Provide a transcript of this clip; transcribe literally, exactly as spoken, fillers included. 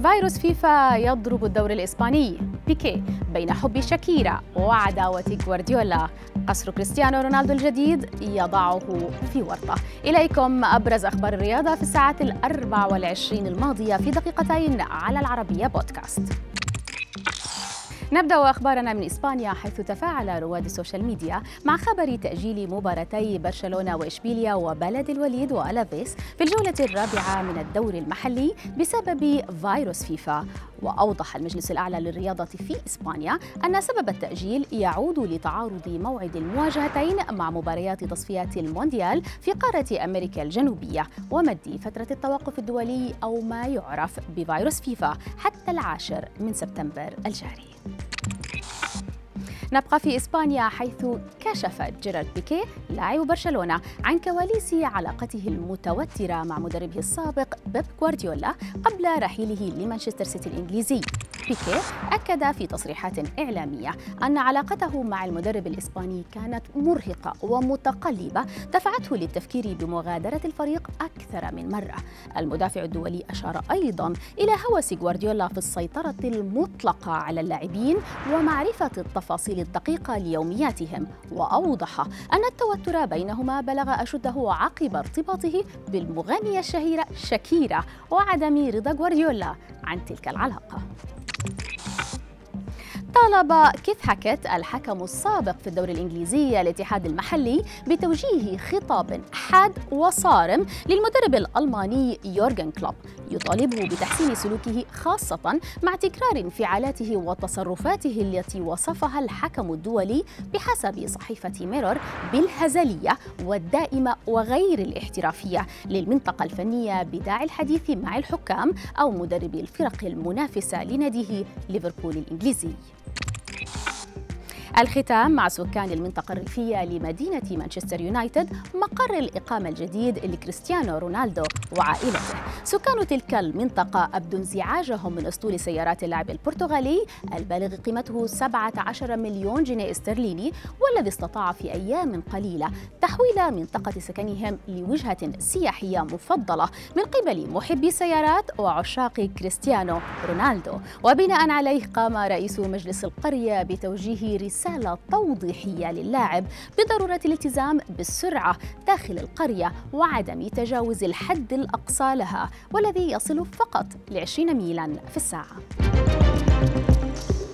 فيروس فيفا يضرب الدوري الإسباني. بيكي بين حب شاكيرا وعداوة غوارديولا. قصر كريستيانو رونالدو الجديد يضعه في ورطة. إليكم أبرز أخبار الرياضة في الساعات الأربع والعشرين الماضية في دقيقتين على العربية بودكاست. نبدأ أخبارنا من إسبانيا، حيث تفاعل رواد السوشيال ميديا مع خبر تأجيل مباراتي برشلونة وإشبيليا وبلد الوليد وألافيس في الجولة الرابعة من الدوري المحلي بسبب فيروس فيفا. وأوضح المجلس الأعلى للرياضة في إسبانيا أن سبب التأجيل يعود لتعارض موعد المواجهتين مع مباريات تصفيات المونديال في قارة أمريكا الجنوبية ومد فترة التوقف الدولي أو ما يعرف بفيروس فيفا حتى العاشر من سبتمبر الجاري. نبقى في إسبانيا، حيث كشف جيرارد بيكي لاعب برشلونة عن كواليس علاقته المتوترة مع مدربه السابق بيب غوارديولا قبل رحيله لمانشستر سيتي الإنجليزي. بيكي أكد في تصريحات إعلامية أن علاقته مع المدرب الإسباني كانت مرهقة ومتقلبة دفعته للتفكير بمغادرة الفريق أكثر من مرة. المدافع الدولي أشار أيضاً إلى هوس غوارديولا في السيطرة المطلقة على اللاعبين ومعرفة التفاصيل الدقيقة ليومياتهم، وأوضح أن التوتر بينهما بلغ أشده عقب ارتباطه بالمغنية الشهيرة شاكيرا وعدم رضا غوارديولا عن تلك العلاقة. طالب كيث هاكيت الحكم السابق في الدوري الإنجليزي الاتحاد المحلي بتوجيه خطاب حاد وصارم للمدرب الألماني يورغن كلوب يطالبه بتحسين سلوكه، خاصة مع تكرار انفعالاته وتصرفاته التي وصفها الحكم الدولي بحسب صحيفة ميرور بالهزلية والدائمة وغير الاحترافية للمنطقة الفنية، بداعي الحديث مع الحكام أو مدربي الفرق المنافسة لناديه ليفربول الإنجليزي. الختام مع سكان المنطقة الريفية لمدينة مانشستر يونايتد، مقر الإقامة الجديد لكريستيانو رونالدو وعائلته. سكان تلك المنطقة أبدوا انزعاجهم من أسطول سيارات اللاعب البرتغالي البالغ قيمته سبعة عشر مليون جنيه استرليني، والذي استطاع في أيام قليلة تحويل منطقة سكنهم لوجهة سياحية مفضلة من قبل محبي السيارات وعشاق كريستيانو رونالدو. وبناء عليه قام رئيس مجلس القرية بتوجيه رسالة رسالة توضيحية للاعب بضرورة الالتزام بالسرعة داخل القرية وعدم تجاوز الحد الأقصى لها، والذي يصل فقط لعشرين ميلاً في الساعة.